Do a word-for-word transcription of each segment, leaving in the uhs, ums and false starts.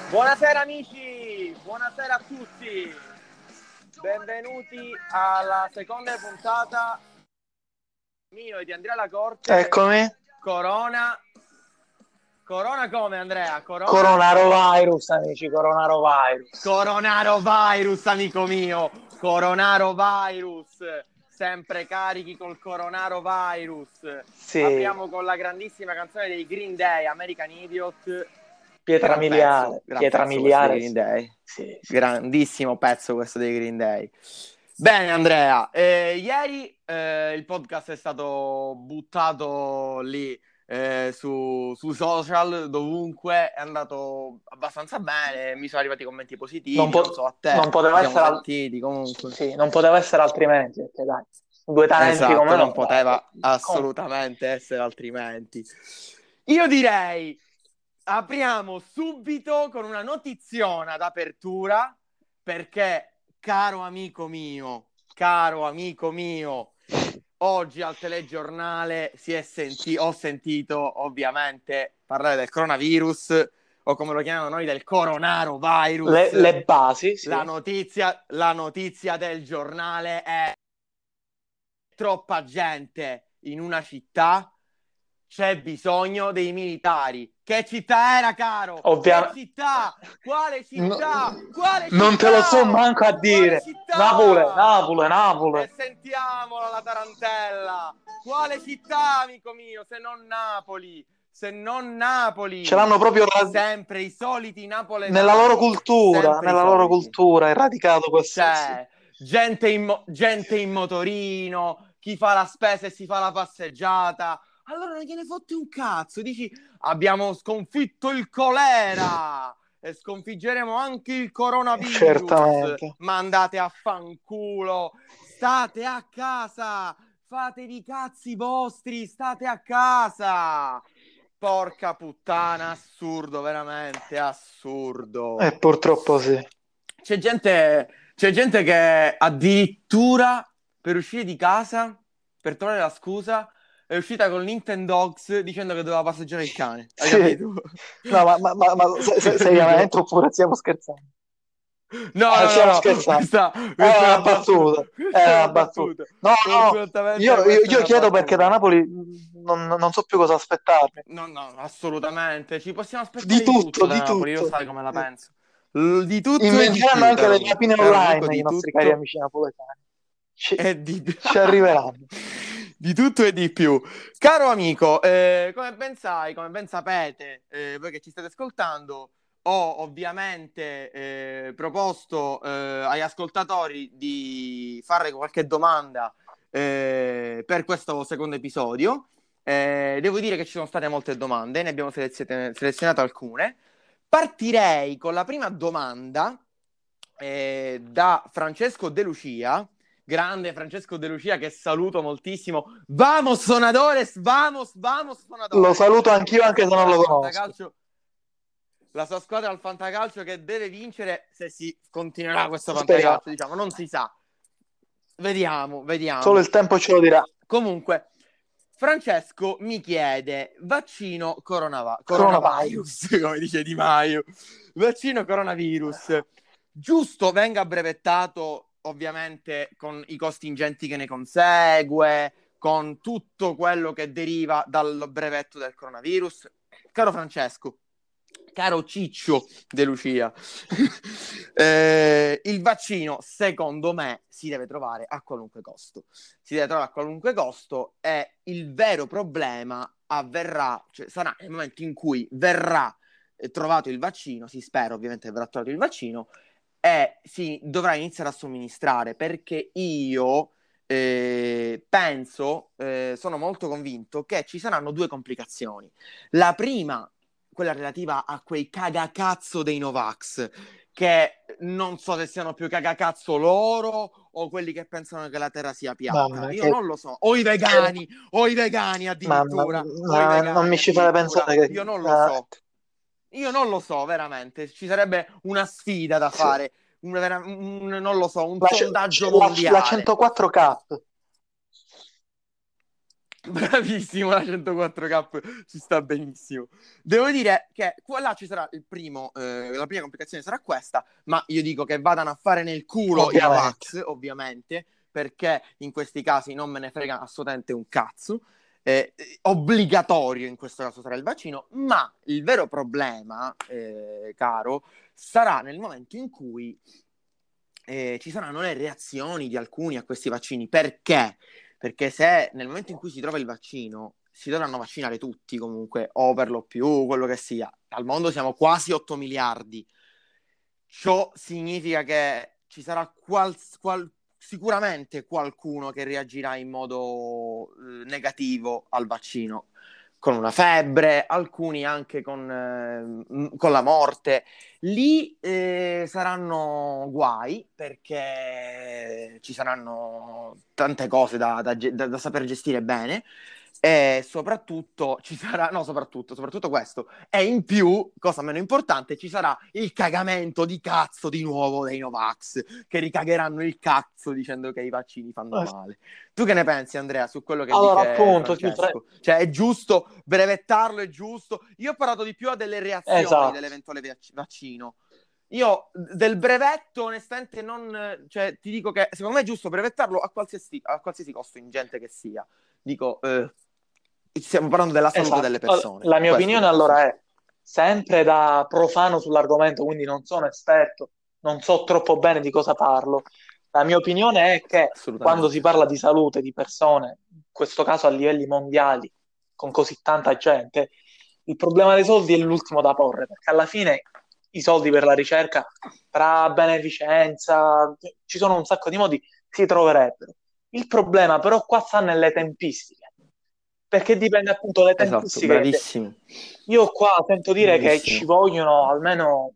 Buonasera amici, buonasera a tutti, benvenuti alla seconda puntata mio e di Andrea Lacorte. Eccomi. Corona, Corona come Andrea? Corona... Coronavirus, amici, coronavirus. Coronavirus, amico mio, coronavirus, sempre carichi col coronavirus. Sì. Apriamo con la grandissima canzone dei Green Day, American Idiot. Pietra Gran miliare, pezzo, gran pietra pezzo questo dei miliare. Green Day. Sì, sì. Grandissimo pezzo questo dei Green Day. Bene Andrea, eh, ieri eh, il podcast è stato buttato lì eh, su, su social, dovunque, è andato abbastanza bene, mi sono arrivati commenti positivi, Non, non, po- so a te, non poteva ci siamo essere al- sentiti comunque. sì, non poteva essere altrimenti, perché dai, due talenti come Esatto, non noi, dai. poteva Com- assolutamente essere altrimenti. Io direi, apriamo subito con una notiziona d'apertura, perché, caro amico mio, caro amico mio, oggi al telegiornale si è senti- ho sentito ovviamente parlare del coronavirus, o come lo chiamano noi, del coronavirus. le, le basi, sì. La notizia, la notizia del giornale è: troppa gente in una città, c'è bisogno dei militari. Che città era, caro? Ovvia- Che città? Quale No- città? Quale città? non te lo so manco a Quale dire. città? Napoli, Napoli, Napoli. E sentiamola la tarantella. Quale città, amico mio, se non Napoli? Se non Napoli. Ce l'hanno proprio ra- sempre i soliti napoletani. nella loro cultura, sempre i nella loro soliti. cultura è radicato questo. Cioè, gente in, mo- gente in motorino, chi fa la spesa e si fa la passeggiata. Allora non gliene fotte un cazzo. Dici, abbiamo sconfitto il colera e sconfiggeremo anche il coronavirus. Certamente. Ma andate a fanculo. State a casa. Fatevi i cazzi vostri. State a casa. Porca puttana, assurdo, veramente assurdo. E purtroppo sì. C'è gente, c'è gente che addirittura per uscire di casa, per trovare la scusa, è uscita con Nintendogs dicendo che doveva passeggiare il cane. Hai Sì. capito? No, ma, ma, ma, ma se, se, seriamente oppure stiamo scherzando? No, Eh, no, stiamo no, scherzando. questa, È questa è una una battuta. battuta. Questa È è una una battuta. battuta. No, no, Fortunatamente io, io, questa è io una chiedo perché da battuta. Napoli non, non so più cosa aspettarmi. No, no, assolutamente. Ci possiamo Di aspettare di tutto tutto, da di Napoli, lo tutto. sai come la penso. L- di tutto e di Inventeranno più, anche caro, le mi- rapine caro amico, online i di nostri cari tutto amici napoletani. Ci, e di più. ci arriveranno. Di tutto e di più. Caro amico, eh, come ben sai, come ben sapete, eh, voi che ci state ascoltando, ho ovviamente eh, proposto eh, agli ascoltatori di fare qualche domanda eh, per questo secondo episodio. Eh, devo dire che ci sono state molte domande, ne abbiamo selezione- selezionato alcune. Partirei con la prima domanda eh, da Francesco De Lucia. Grande Francesco De Lucia, che saluto moltissimo. Vamos sonadores, vamos, vamos sonadores. Lo saluto anch'io, anche se non lo conosco. La sua squadra al fantacalcio che deve vincere, se si continuerà questo Speriamo. fantacalcio, diciamo, non si sa. Vediamo, vediamo. Solo il tempo ce lo dirà. Comunque, Francesco mi chiede vaccino coronava- Coronavirus. coronavirus, come dice Di Maio. Vaccino coronavirus. Giusto venga brevettato, ovviamente, con i costi ingenti che ne consegue, con tutto quello che deriva dal brevetto del coronavirus. Caro Francesco, caro Ciccio De Lucia, eh, il vaccino, secondo me, si deve trovare a qualunque costo. Si deve trovare a qualunque costo e il vero problema avverrà, cioè sarà nel momento in cui verrà eh, trovato il vaccino, si spera ovviamente che verrà trovato il vaccino, e si dovrà iniziare a somministrare, perché io eh, penso, eh, sono molto convinto che ci saranno due complicazioni. La prima, quella relativa a quei cagacazzo dei Novax, che non so se siano più cagacazzo loro o quelli che pensano che la terra sia piatta. Mamma, Io che... non lo so. O i vegani, o i vegani addirittura. Mamma, O i no, vegani non mi ci fare addirittura. pensare che... Io non lo so. veramente. Io non lo so, veramente. Ci sarebbe una sfida da Sì. fare. Un, vera- un- non lo so, un La, ce- sondaggio la- mondiale. la centoquattro Cup. Bravissimo, la centoquattro K ci sta benissimo. Devo dire che qua là ci sarà il primo, eh, la prima complicazione sarà questa, ma io dico che vadano a fare nel culo i Ovviamente. Novax, ovviamente, perché in questi casi non me ne frega assolutamente un cazzo. Eh, obbligatorio in questo caso sarà il vaccino, ma il vero problema, eh, caro, sarà nel momento in cui eh, ci saranno le reazioni di alcuni a questi vaccini. Perché? Perché se nel momento in cui si trova il vaccino si dovranno vaccinare tutti comunque, o per lo più, quello che sia. Al mondo siamo quasi otto miliardi. Ciò significa che ci sarà qual- qual- sicuramente qualcuno che reagirà in modo eh, negativo al vaccino, con una febbre, alcuni anche con, eh, m- con la morte. Lì eh, saranno guai perché ci saranno tante cose da, da ge- da- da saper gestire bene e soprattutto ci sarà, no, soprattutto, soprattutto questo. E in più, cosa meno importante, ci sarà il cagamento di cazzo di nuovo dei Novax, che ricagheranno il cazzo dicendo che i vaccini fanno Eh, male. Tu che ne pensi, Andrea, su quello che Allora, dice appunto, sì, fra- Francesco? Cioè, è giusto brevettarlo, è giusto? Io ho parlato di più a delle reazioni esatto. dell'eventuale vac- vaccino. Io del brevetto, onestamente, non... Cioè, ti dico che secondo me è giusto brevettarlo a qualsiasi, a qualsiasi costo ingente che sia. Dico, eh, stiamo parlando della salute delle Esatto. Allora, persone. la mia Questo opinione penso. allora è sempre da profano sull'argomento, quindi non sono esperto, non so troppo bene di cosa parlo. La mia opinione è che quando si Assolutamente. parla di salute di persone, in questo caso a livelli mondiali, con così tanta gente, il problema dei soldi è l'ultimo da porre, perché alla fine i soldi per la ricerca, tra beneficenza, ci sono un sacco di modi, si troverebbero. Il problema però qua sta nelle tempistiche, perché dipende appunto dalle Esatto, tempistiche. che- bravissimo. Io qua sento dire che ci Bravissimo. vogliono almeno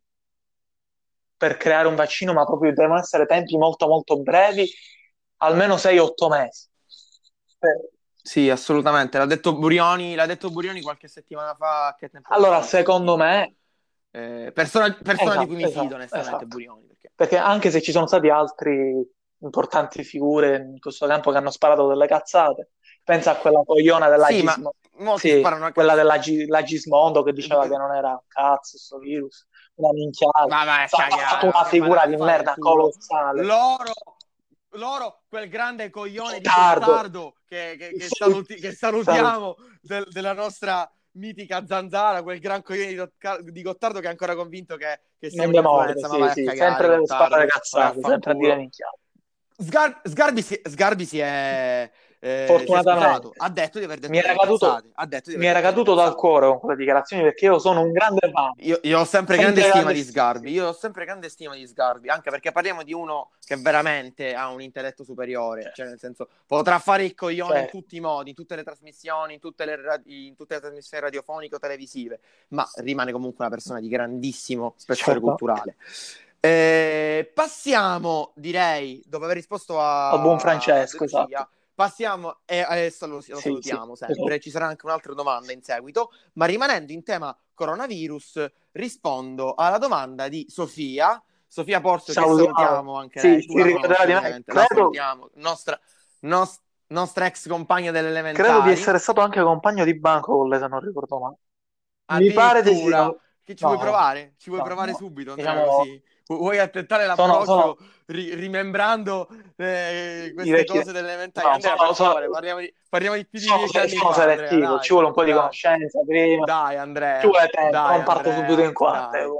per creare un vaccino, ma proprio devono essere tempi molto molto brevi, almeno sei otto mesi. Per- Sì, assolutamente. L'ha detto Burioni, l'ha detto Burioni qualche settimana fa, che tempo fa Allora, l'ho secondo sentito. me, Eh, persona, persona di cui esatto, mi fido, esatto, onestamente, esatto. Burioni. Perché... Perché anche se ci sono stati altri importanti figure in questo campo che hanno sparato delle cazzate, pensa a quella cogliona della Sì, ma Gismo, molti sì, sparano a quella cazzo. della Gi- la Gismondo che diceva che non era un cazzo sto virus, una minchiata. Ma vai a Ha fatto cagare, ma una che vanno figura a di fare in merda culo. colossale. Loro, loro, quel grande coglione di Gottardo, Gottardo che, che- che salut- saluti- che salut- salutiamo del- della nostra mitica zanzara, quel gran coglione di, Dotca- di Gottardo che è ancora convinto che, che sia non mi morde, un'influenza. Ma sì, vai a sì, sempre cagare, deve sparare Gottardo, vai a cazzate, sempre a dire fanculo. minchiate. Sgar- Sgarbi, si, Sgarbi si è, eh, si è scusato, Fortunatamente ha detto di aver mi detto era delle caduto, cazzate, ha detto di mi aver era detto delle caduto dal cazzate. cuore con quelle dichiarazioni perché io sono un grande fan, Io, io ho sempre grande sempre stima grande, di sì, Sgarbi, sì, io ho sempre grande stima di Sgarbi, anche perché parliamo di uno che veramente ha un intelletto superiore, certo, cioè nel senso potrà fare il coglione in certo. tutti i modi, in tutte le trasmissioni, in tutte le, ra- in tutte le trasmissioni radiofoniche o televisive, ma rimane comunque una persona di grandissimo spessore Certo. culturale. Eh, passiamo, direi, dopo aver risposto Al buon a De Francesco, esatto. Lucia, passiamo e adesso lo, lo Sì, sì, salutiamo sempre, esatto. ci sarà anche un'altra domanda in seguito, ma rimanendo in tema coronavirus, rispondo alla domanda di Sofia. Sofia Porzio, che Salutiamo. salutiamo anche Sì, lei, tu si la ricorderà conosci di me. ovviamente, la Credo, salutiamo, nostra, nos- nostra ex compagna delle credo di elementari, essere stato anche compagno di banco con lei, se non ricordo male. Mi pare di sì. addirittura. non- Che ci vuoi No, provare? Ci vuoi no, provare no. subito, Andrea, Diciamo, così? Vu- Vuoi attentare sono, sono l'approccio ri- rimembrando eh, i queste vecchi. cose delle elementari? No, Andrea, sono, per sono, favore, parliamo di, parliamo di più di sono, dieci anni sono fa, Andrea, selettivo, ci dai, vuole un po' di dai, conoscenza prima, dai, ci Andrea, vuole tempo, dai, non parto subito Andrea, in quarta. dai.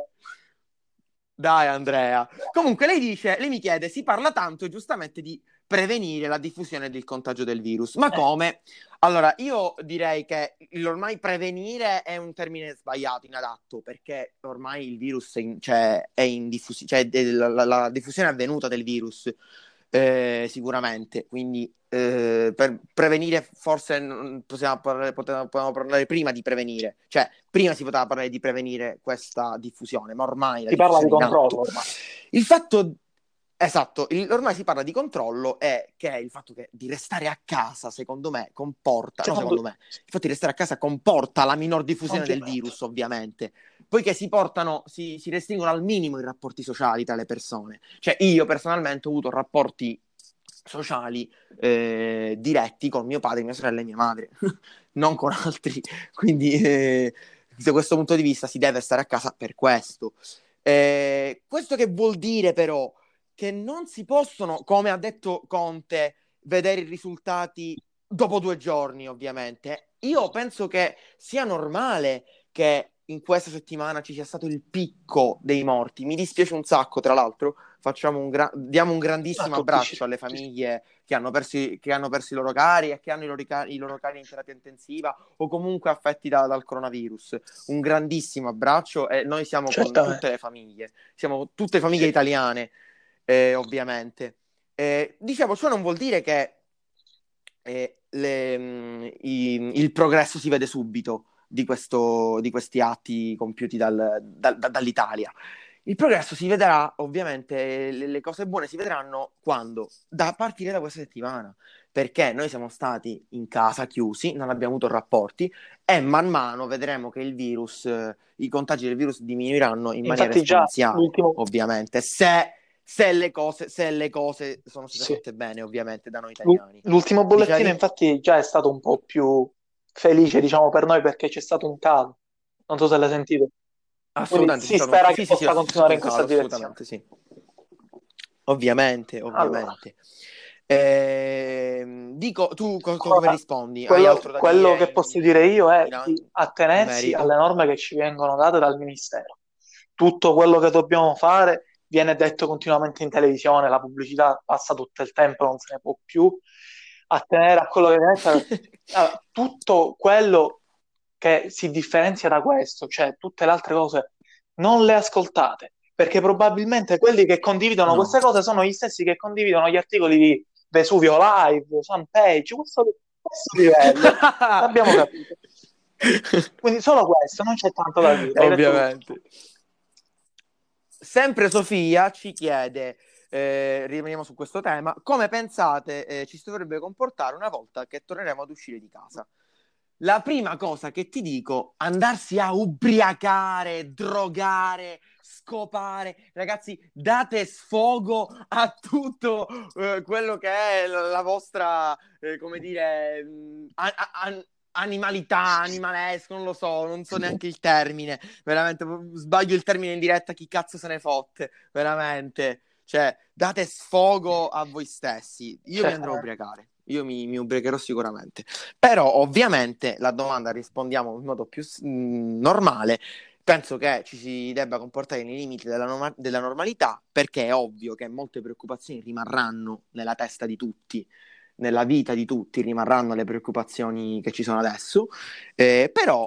Dai Andrea. Comunque lei dice, lei mi chiede, si parla tanto giustamente di prevenire la diffusione del contagio del virus. Ma Eh, come? Allora, io direi che ormai prevenire è un termine sbagliato, inadatto, perché ormai il virus è in, cioè, è in diffusione, cioè la, la- la diffusione è avvenuta del virus, eh, sicuramente. Quindi eh, per prevenire forse non possiamo parlare, potevamo, potevamo parlare prima di prevenire, cioè prima si poteva parlare di prevenire questa diffusione, ma ormai la si parla di diffusione è in atto. controllo ormai. Il fatto, esatto, il- ormai si parla di controllo e che il fatto che di restare a casa, secondo me, comporta, no, Secondo, secondo me, il fatto di restare a casa comporta la minor diffusione del ovviamente. virus, ovviamente, poiché si portano, si, si restringono al minimo i rapporti sociali tra le persone. Cioè, io personalmente ho avuto rapporti sociali eh, diretti con mio padre, mia sorella e mia madre, non con altri. Quindi eh, da questo punto di vista si deve stare a casa per questo. Eh, questo che vuol dire però che non si possono, come ha detto Conte, vedere i risultati dopo due giorni, ovviamente. Io penso che sia normale che in questa settimana ci sia stato il picco dei morti. Mi dispiace un sacco, tra l'altro, facciamo un gra- diamo un A grandissimo tutti ci... abbraccio alle famiglie che hanno perso, che hanno perso i loro cari e che hanno i loro, i loro cari in terapia intensiva o comunque affetti da, dal coronavirus. Un grandissimo abbraccio e noi siamo con tutte Certamente. le famiglie, siamo tutte famiglie Sì. italiane, eh, ovviamente. Eh, dicevo, ciò non vuol dire che eh, le, mh, i- il progresso si vede subito di, questo, di questi atti compiuti dal- dal- da- dall'Italia. Il progresso si vedrà, ovviamente, le, le cose buone si vedranno quando? Da partire da questa settimana, perché noi siamo stati in casa chiusi, non abbiamo avuto rapporti e man mano vedremo che il virus, eh, i contagi del virus diminuiranno in maniera Infatti già esponenziale, l'ultimo... ovviamente, se, se le cose, se le cose sono state Sì. fatte bene, ovviamente, da noi L'u- italiani. L'ultimo bollettino Dicevi? infatti già è stato un po' più felice, diciamo, per noi perché c'è stato un calo. Non so se l'hai sentito. Quindi Assolutamente, c'è si stato un... spera che Sì, sì, sì, ho possa sentito continuare un in questa calo, direzione. assolutamente, sì. Ovviamente, Allora, ovviamente. Ehm, dico, tu co- co- come ora, rispondi? Hai quello, altro da quello dire che in, posso dire io è in, di in attenersi alle merito? norme che ci vengono date dal Ministero. Tutto quello che dobbiamo fare viene detto continuamente in televisione, la pubblicità passa tutto il tempo, non se ne può più. Attenere a quello che viene detto. Allora, tutto quello che si differenzia da questo, cioè tutte le altre cose, non le ascoltate, perché probabilmente quelli che condividono No. queste cose sono gli stessi che condividono gli articoli di Vesuvio Live, Fanpage, questo, questo livello. L'abbiamo capito. Quindi solo questo, non c'è tanto da dire, hai detto tutto. Ovviamente. Sempre Sofia ci chiede, eh, rimaniamo su questo tema, come pensate eh, ci si dovrebbe comportare una volta che torneremo ad uscire di casa? La prima cosa che ti dico, andarsi a ubriacare, drogare, scopare. Ragazzi, date sfogo a tutto eh, quello che è la, la vostra, eh, come dire, mh, a- a- animalità, animalesco, non lo so, non so neanche il termine. Veramente, sbaglio il termine in diretta, chi cazzo se ne fotte, veramente. Cioè, date sfogo a voi stessi. Io mi andrò a Certamente. ubriacare. Io mi, mi ubriacherò sicuramente. Però ovviamente la domanda rispondiamo in modo più mh, normale. Penso che ci si debba comportare nei limiti della, norma- della normalità, perché è ovvio che molte preoccupazioni rimarranno nella testa di tutti, nella vita di tutti rimarranno le preoccupazioni che ci sono adesso, eh, però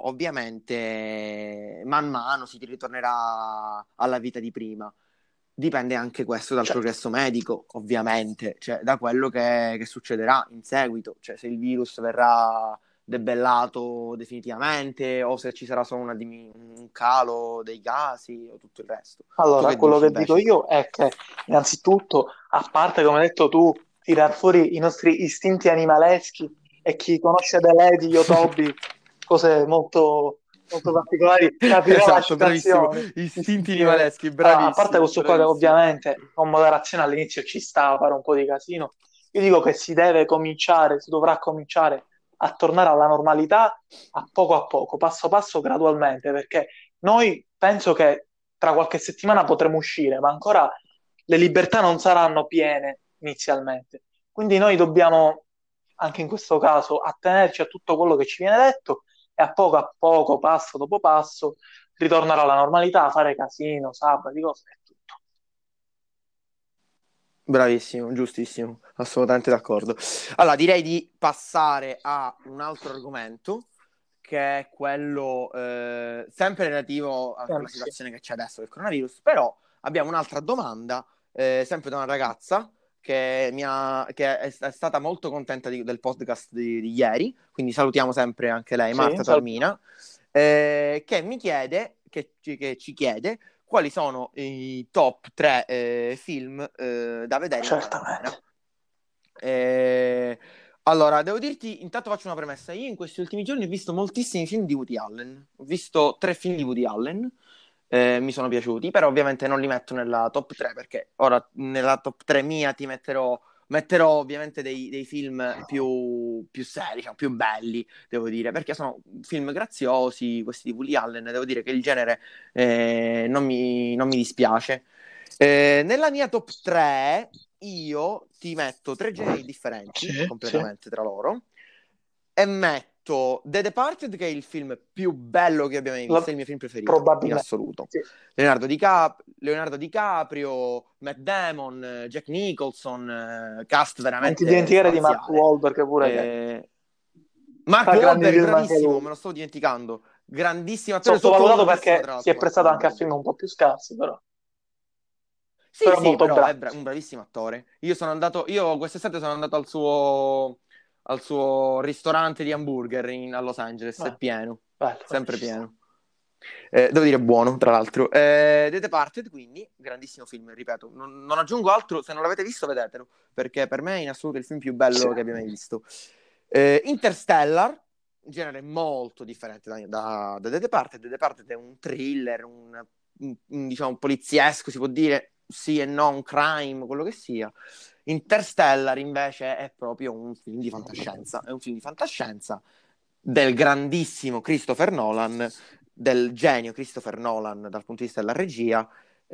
ovviamente man mano si ritornerà alla vita di prima. Dipende anche questo dal Certo. progresso medico, ovviamente, cioè da quello che, che succederà in seguito, cioè se il virus verrà debellato definitivamente o se ci sarà solo una dimi- un calo dei casi o tutto il resto. Tu Allora, che quello dici che dico invece? io è che innanzitutto, a parte, come hai detto tu, tirar fuori i nostri istinti animaleschi e chi conosce The Lady, Yotobi, cose molto, molto particolari, capirà la Esatto, bravissimo. citazione. Istinti Istinti animali- animaleschi, Allora, a parte bravissimo, questo qua che bravissimo. ovviamente con moderazione all'inizio ci sta a fare un po' di casino, io dico che si deve cominciare, si dovrà cominciare a tornare alla normalità a poco a poco, passo passo, gradualmente, perché noi penso che tra qualche settimana potremo uscire, ma ancora le libertà non saranno piene inizialmente. Quindi noi dobbiamo, anche in questo caso, attenerci a tutto quello che ci viene detto e a poco a poco, passo dopo passo, ritornare alla normalità, fare casino, sabati, cose e tutto. Bravissimo, giustissimo, assolutamente d'accordo. Allora, direi di passare a un altro argomento, che è quello eh, sempre relativo a Eh, quella sì. situazione che c'è adesso del coronavirus, però abbiamo un'altra domanda, eh, sempre da una ragazza che, mi ha, che è, è stata molto contenta di- del podcast di, di ieri, quindi salutiamo sempre anche lei, Sì, Marta salutiamo. Tarmina, eh, che mi chiede, che, che ci chiede quali sono i top tre eh, film eh, da vedere in quarantena. Certamente. Eh, allora, devo dirti, intanto faccio una premessa. Io in questi ultimi giorni ho visto moltissimi film di Woody Allen. Ho visto tre film di Woody Allen, eh, mi sono piaciuti, però ovviamente non li metto nella top tre perché ora nella top tre mia ti metterò metterò ovviamente dei, dei film più, più seri, diciamo, più belli, devo dire, perché sono film graziosi, questi di Woody Allen, devo dire che il genere eh, non mi, non mi dispiace. Eh, nella mia top tre io ti metto tre generi differenti, Sì, sì. completamente tra loro, e metto The Departed, che è il film più bello che abbia mai La- visto, è il mio film preferito, in Probabilmente. assoluto. Sì. Leonardo, Dicap- Leonardo DiCaprio, Matt Damon, eh, Jack Nicholson, eh, cast Non ti veramente dimenticare di Mark spaziale. Wahlberg pure che Eh, Mark fa grandi Wahlberg, film anche bravissimo, lui. me lo sto dimenticando. Grandissimo attore, Sottovalutato sottovalutatissimo tra perché si è l'altro Mark prestato anche a film Wahlberg. un po' più scarsi, però, Sì, però sì, molto però è bravo. bra- un bravissimo attore. Io sono andato, io quest'estate sono andato al suo, al suo ristorante di hamburger in- a Los Angeles, è Eh, pieno, bello, vabbè, sempre ci sta. pieno. Eh, devo dire buono, tra l'altro. Eh, The Departed, quindi, grandissimo film, ripeto. Non, non aggiungo altro, se non l'avete visto, vedetelo, perché per me è in assoluto il film più Sì. bello che abbia mai visto. Eh, Interstellar, genere molto differente da, da, da The Departed. The Departed è un thriller, un, un- un, diciamo, un poliziesco, si può dire, sì e no, un crime, quello che sia. Interstellar, invece, è proprio un film di fantascienza. È un film di fantascienza del grandissimo Christopher Nolan, del genio Christopher Nolan dal punto di vista della regia,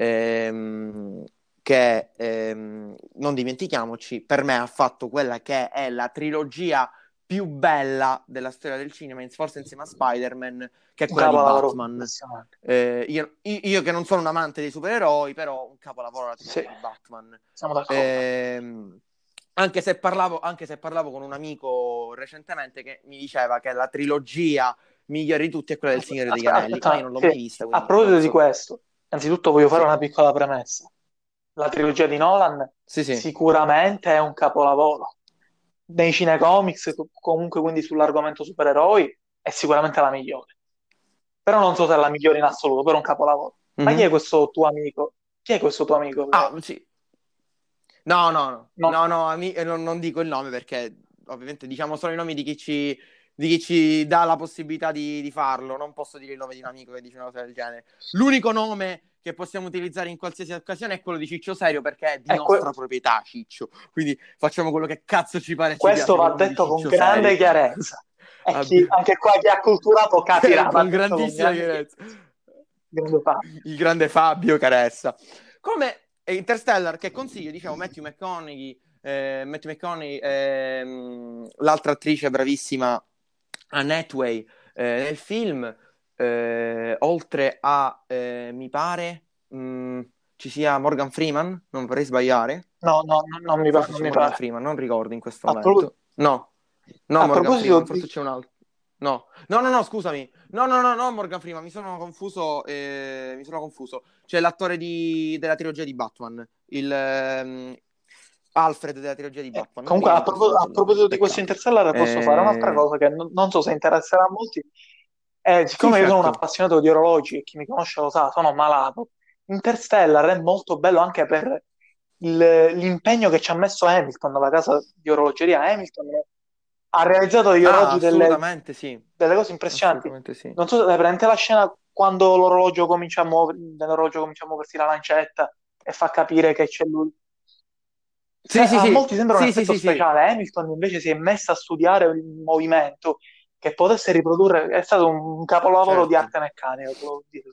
ehm, che ehm, non dimentichiamoci, per me ha fatto quella che è la trilogia più bella della storia del cinema, forse insieme a Spider-Man, che è Un quella di capolavoro, Batman. impressionante. Eh, io, io che non sono un amante dei supereroi, però un capolavoro la Sì, trilogia di Batman. siamo d'accordo. Ehm, anche se parlavo, anche se parlavo con un amico recentemente che mi diceva che la trilogia migliore di tutti è quella del Signore degli Aspetta, Anelli, ma io aspetta, non l'ho sì. mai vista, A quindi non proposito di so. questo, innanzitutto voglio fare Sì, una piccola premessa. La trilogia di Nolan sì, sì. sicuramente è un capolavoro. Nei cinecomics, co- comunque quindi sull'argomento supereroi, è sicuramente la migliore. Però non so se è la migliore in assoluto, però è un capolavoro. Ma chi è Mhm. questo tuo amico? Chi è questo tuo amico? Ah, che- sì. No, no, no, Non... no, no, ami- eh, non, non dico il nome perché ovviamente diciamo solo i nomi di chi ci, di chi ci dà la possibilità di, di farlo. Non posso dire il nome di un amico che dice una cosa del genere. L'unico nome che possiamo utilizzare in qualsiasi occasione è quello di Ciccio Serio perché è di è que- nostra proprietà, Ciccio. Quindi facciamo quello che cazzo ci pare e ci Questo piace col va nome di detto con Ciccio Serio. grande chiarezza. E chi, Abbi- anche qua chi ha culturato capirà, va con detto con grandissima grande chiarezza. chiarezza. Grande fa. Il grande Fabio Caressa. Come Interstellar, che consiglio, diciamo, Matthew McConaughey, eh, Matthew McConaughey, ehm, l'altra attrice bravissima, Anne Hathaway, eh, nel film, eh, oltre a, eh, mi pare, mh, ci sia Morgan Freeman, non vorrei sbagliare, No, no, no, non mi, pa- forse non c'è mi Morgan pare. Freeman, non ricordo in questo A, pro- momento. No, no a Morgan proposito Freeman, di... forse c'è un altro. No, no, no, no, scusami. No, no, no, no, Morgan Freeman, mi sono confuso, eh, mi sono confuso. C'è l'attore di- della trilogia di Batman, il ehm, Alfred della trilogia di eh, Batman, non mi comunque, a, viene in questo propos- a momento il nome, proposito di questo peccato. Interstellar, posso fare un'altra Eh, cosa che non, non so se interesserà a molti. Eh, Sì, siccome io sono un certo. appassionato di orologi e chi mi conosce lo sa, sono malato. Interstellar è molto bello anche per il- l'impegno che ci ha messo Hamilton, la casa di orologeria Hamilton. Ha realizzato degli Ah, orologi delle, assolutamente sì, delle cose impressionanti. assolutamente sì. Non so se hai presente la scena quando l'orologio comincia a muover, nell'orologio comincia a muoversi la lancetta e fa capire che c'è lui. Se- Sì, sì, a sì, molti sembra un sì, sì, effetto sì, sì. speciale. Hamilton invece si è messo a studiare il movimento che potesse riprodurre. È stato un capolavoro di Certo. arte meccanica, te lo dico.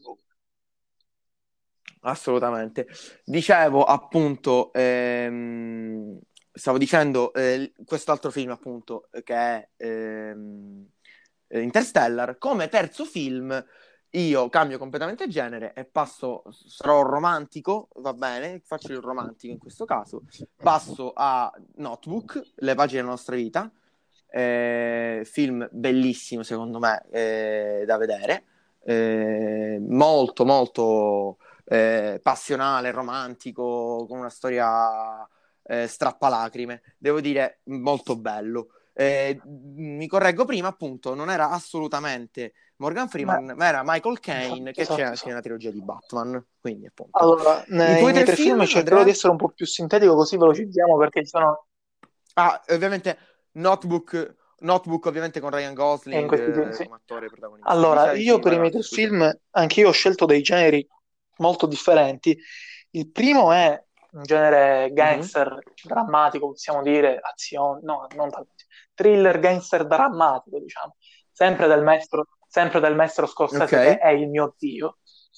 Assolutamente. Dicevo appunto, ehm, stavo dicendo eh, quest'altro film appunto eh, che è ehm, eh, Interstellar. Come terzo film io cambio completamente genere e passo, sarò romantico, va bene, faccio il romantico in questo caso, passo a Notebook, Le pagine della nostra vita, eh, film bellissimo secondo me eh, da vedere, eh, molto molto eh, passionale, romantico, con una storia eh, strappalacrime. Devo dire, molto bello. Eh, mi correggo prima, appunto, non era assolutamente Morgan Ma, Freeman, ma era Michael Caine, che c'è esatto, anche esatto. nella trilogia di Batman. Quindi, appunto. Allora, I nei tuoi miei tre tre film, film cercherò di Andrea? essere un po' più sintetico, così velocizziamo perché ci sono Ah, ovviamente Notebook, Notebook ovviamente con Ryan eh, in Gosling questi film, eh, sì. come attore protagonista. Allora, Dicevi io sì, per vai i miei avanti, tre scusami. film, anche io ho scelto dei generi molto differenti. Il primo è un genere Mhm. gangster, drammatico, possiamo dire, azione, no, non tanto, thriller gangster drammatico, diciamo, sempre del maestro, sempre del maestro Ok, Scorsese che è il mio dio.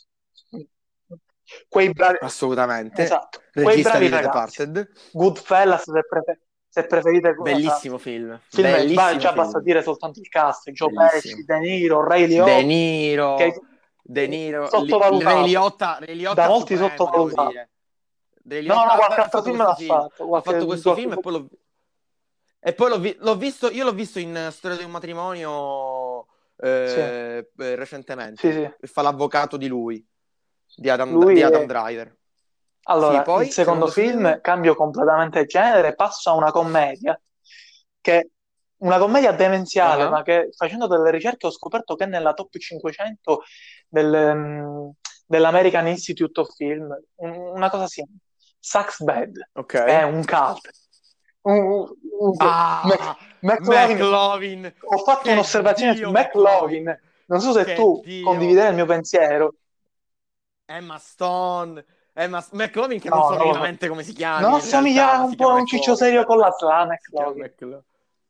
Quei bravi, assolutamente. esatto, quei Regista bravi di The ragazzi. Departed. Goodfellas, se, prefe- se preferite, esatto. Bellissimo film, Film, ba- bellissimo già basta film, dire soltanto il cast, Joe Pesci, bellissimo. De Niro, Ray De Liotta, che Niro, De eh, Niro, Li- il Re sottovalutato, Liotta, Re da Liotta molti supremo, devo sottovalutato. dire. Re No, Liotta no, ha, qualche ha altro fatto film questo l'ha film, fatto, ha qualche, fatto questo qualche... film e poi l'ho, e poi l'ho, vi- l'ho visto, io l'ho visto in Storia di un matrimonio Sì, eh, eh, sì, recentemente, sì. e fa l'avvocato di lui, di Adam, Lui di è... Adam Driver. Sì, Allora, il poi, secondo secondo film film? cambio completamente genere, passo a una commedia, che una commedia demenziale, ma Ah, che facendo delle ricerche ho scoperto che è nella top cinquecento del, mm, dell'American Institute of Film, un- una cosa simile. Sucks Bad, ok. è un cult. Un, un- un- Mac- Ah, McLovin, McLovin, ho fatto che un'osservazione su dio McLovin, McLovin, non so se che tu dio. condividerai il mio pensiero. Emma Stone, Emma... McLovin che non No, so non lo so. minimamente come si Non chiami in assomiglia realtà, ma un si po' a chiama un ciccio McLovin serio per con la me. sla, Si chiama McLovin. McLovin.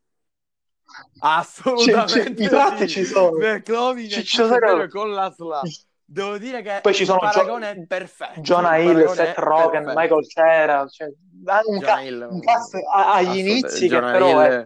C'è- c'è- I Assolutamente tratti sì. ci sono. McLovin è Ciccio Ciccio serio. Serio con la SLA. Devo dire che Poi ci il sono Gio- paragone è perfetto. Jonah Il Hill, paragone Seth è Rogen, perfetto. Michael Cera, cioè, ha un, Jonah ca- Hill, un cast a- agli assolutamente. inizi che Jonah però è, Hill,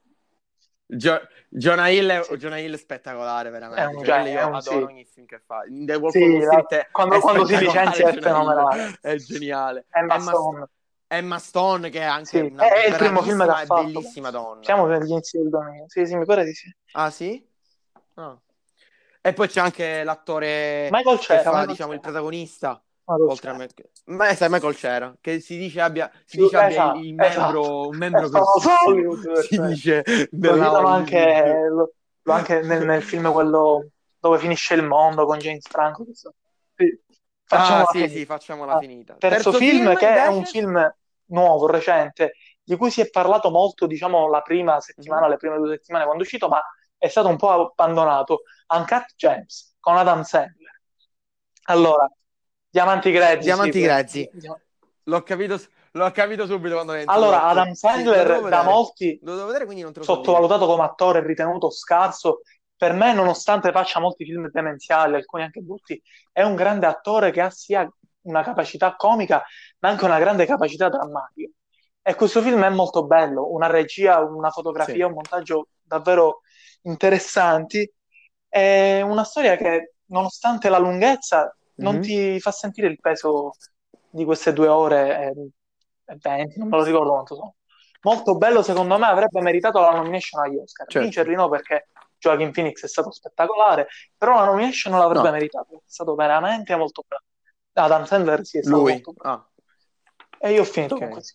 Gio- Jonah Hill è, sì, Jonah Hill è spettacolare, è veramente. un Jonah Hill genio, è io un adoro sì. ogni film che fa. In The Wolf of Sì, Wall la- Street è, è quando, quando si spettacolare. licenzia è Jonah Hill fenomenale. è geniale. Emma Emma, St- Stone, Emma Stone, che è sì, anche è, una è il primo film che ha bravissima e fatto, bellissima penso. donna. Siamo per gli inizi del duemila. Sì, sì, mi pare di sì. Ah, sì? Ah. E poi c'è anche l'attore Michael che Cera, fa, Michael diciamo, il Cera, protagonista, Michael oltre a Cera. me. Ma sai, Michael Cera, che si dice abbia, si Più- dice abbia il, esatto, il esatto. membro, un È membro famoso grossissimo, Hollywood per si quello. dice Lo nella citano Hollywood. anche, lo, lo anche nel, nel film quello dove finisce il mondo con James Franco. Questo. Sì. Ah, Facciamola sì, sì, finita. facciamola Ah, finita. terzo Terzo film film, che è un invece? film nuovo, recente, di cui si è parlato molto, diciamo, la prima Mhm. settimana, le prime due settimane quando è uscito, ma è stato un po' abbandonato. Uncut Gems con Adam Sandler. Allora, Diamanti Grezzi, sì, Diamanti pure. grezzi. L'ho capito, l'ho capito subito quando l'hai Allora, Adam introdotto. Sì, lo devo Sandler da vedere. molti Lo devo vedere, quindi non te lo so dire. sottovalutato come attore, ritenuto scarso, per me, nonostante faccia molti film demenziali, alcuni anche brutti, è un grande attore che ha sia una capacità comica, ma anche una grande capacità drammatica. E questo film è molto bello, una regia, una Sì. fotografia, un montaggio davvero interessanti. È una storia che, nonostante la lunghezza, non Mhm. ti fa sentire il peso di queste due ore e e venti, non me lo ricordo quanto sono. Molto bello, secondo me, avrebbe meritato la nomination agli Oscar. Certo. Vincerli no, perché Joaquin Phoenix è stato spettacolare, però la nomination l'avrebbe No, meritato. È stato veramente molto bravo. Adam Sandler sì, è stato lui. molto bravo. Ah, E io ho finito con ok. così.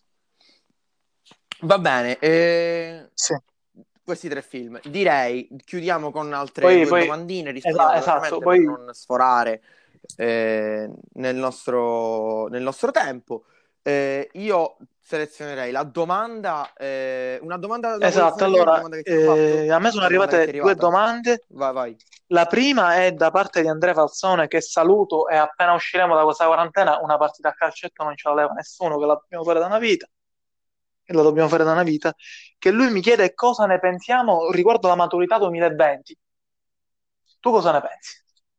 Va bene. eh, Sì. Questi tre film. Direi, chiudiamo con altre Poi, due poi, domandine, rispondiamo esa- esatto, velocemente per poi non sforare eh, nel nostro, nel nostro tempo. Eh, io selezionerei la domanda, eh, una domanda, la vuoi esatto, fare tu, una allora, domanda che ti hanno eh, fatto? a me sono Una domanda che ti arrivate è due arrivata? domande. Vai, vai. La prima è da parte di Andrea Falzone, che saluto, e appena usciremo da questa quarantena, una partita a calcetto non ce la leva nessuno, che la dobbiamo fare da una vita, che la dobbiamo fare da una vita, che lui mi chiede cosa ne pensiamo riguardo la maturità duemilaventi. Tu cosa ne pensi?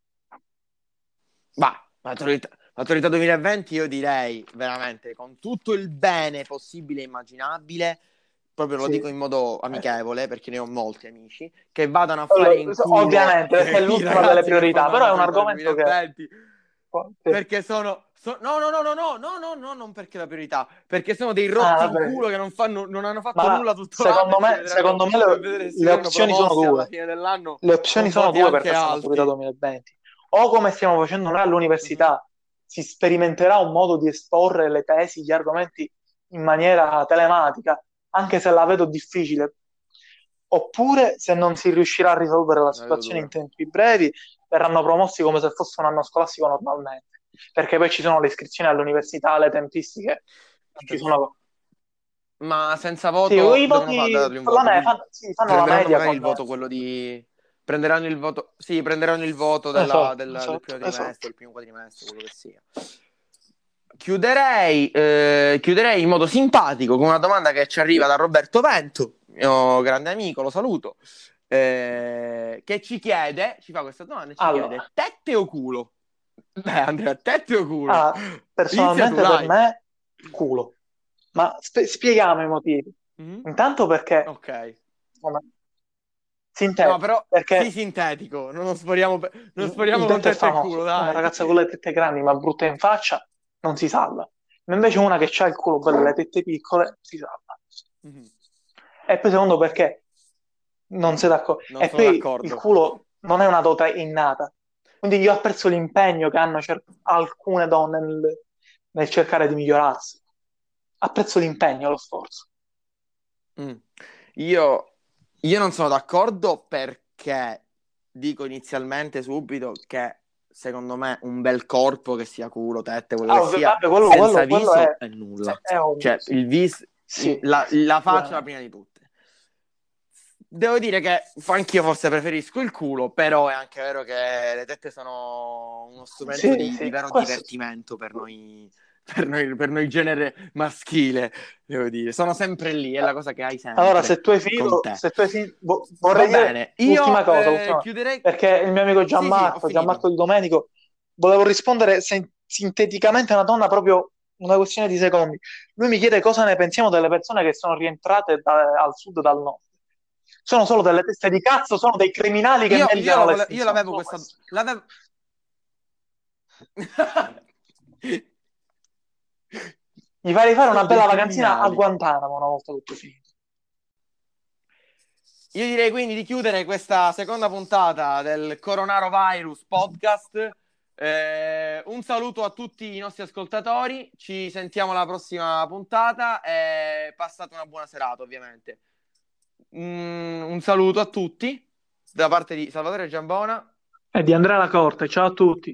Ma, maturità, maturità duemilaventi io direi veramente con tutto il bene possibile e immaginabile, proprio lo Sì. dico in modo Eh, amichevole perché ne ho molti amici, che vadano a fare allora, in culo ovviamente, perché è i l'ultima delle ragazzi che priorità, fanno la però è un maturità argomento che... duemilaventi Sì. perché sono... so- no, no, no, no, no, no, no, no, non perché la priorità, perché sono dei Ah, rotti in vabbè. culo che non fanno, non hanno fatto Ma nulla tutto l'anno secondo e si me, vedranno, secondo me per le, vedere se si le vedranno opzioni sono promossi alla due. fine dell'anno Le opzioni con sono voti due per anche questa maturità alti. duemilaventi. O come stiamo facendo noi Mhm. all'università, si sperimenterà un modo di esporre le tesi, gli argomenti in maniera telematica, anche se la vedo difficile. Oppure, se non si riuscirà a risolvere la La vedo situazione in dura. tempi brevi, verranno promossi come se fosse un anno scolastico normalmente. Perché poi ci sono le iscrizioni all'università, le tempistiche, non ci sono. Ma senza Sì, voto i devono fa- voti dargli un la voto, me- quindi fanno, sì, fanno la prenderanno media magari con... il voto, quello di... Prenderanno il voto, sì, prenderanno il voto della- Esatto, della- del esatto, primo trimestre, esatto. del primo quadrimestre, quello che sia. chiuderei, eh, chiuderei in modo simpatico con una domanda che ci arriva da Roberto Vento, mio grande amico, lo saluto, eh, che ci chiede, ci fa questa domanda e ci Allora, chiede, tette o culo? Beh, Andrea, tette o culo? ah, Inizia tu, personalmente per dai. me, culo. Ma sp- spieghiamo i motivi. Mhm. Intanto perché, Ok. insomma, No, sintetico, però sì, perché sintetico, non lo sporiamo, per- non il, il sporiamo con detto è tette e culo, famoso, una dai. ragazza con le tette grandi ma brutta in faccia non si salva. Ma invece una che ha il culo bello e le tette piccole si salva. Mhm. E poi secondo perché non sei d'accordo. Non E sono poi il d'accordo. culo non è una dote innata. Quindi io apprezzo l'impegno che hanno cer- alcune donne nel, nel cercare di migliorarsi. Apprezzo l'impegno e lo sforzo. Mm. Io, io non sono d'accordo perché dico inizialmente subito che secondo me un bel corpo, che sia culo, tette, quello Ah, che ovvio- sia, vabbè, quello, quello- senza quello è, viso è è, nulla. è ovvio, Cioè, sì. il viso, Sì, la, la faccia la sicuramente. prima di tutte. Devo dire che anch'io forse preferisco il culo, però è anche vero che le tette sono uno strumento Sì, di, di sì, vero questo sì. divertimento per noi, per noi, per noi genere maschile, devo dire. Sono sempre lì, è la cosa che hai Allora, sempre se tu hai con figlio, te. se tu hai figlio, vo- Va vorrei dire bene, io l'ultima cosa, eh, l'ultima- chiuderei... perché il mio amico Sì, sì, ho Gianmarco, Gianmarco finito. Di Domenico, volevo rispondere sen- sinteticamente a una donna proprio una questione di secondi. Lui mi chiede cosa ne pensiamo delle persone che sono rientrate da- al sud dal nord. Sono solo delle teste di cazzo, sono dei criminali che Io, io, meritano la vole- io l'estinzione, l'avevo solo questa... questo. L'avevo... Gli farei fare una Sono dei bella vacanzina a criminali. Guantanamo una volta tutto finito. Io direi quindi di chiudere questa seconda puntata del Coronavirus Podcast. Eh, un saluto a tutti i nostri ascoltatori. Ci sentiamo alla prossima puntata e passate una buona serata, ovviamente. Mm, un saluto a tutti da parte di Salvatore Giambona. E di Andrea Lacorte, ciao a tutti.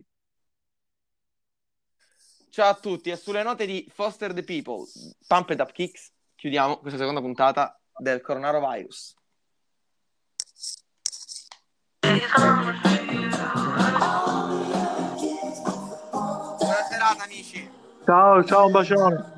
Ciao a tutti e sulle note di Foster the People, Pump It Up Kicks, chiudiamo questa seconda puntata del Coronavirus. Buona serata, amici. Ciao, ciao, un bacione.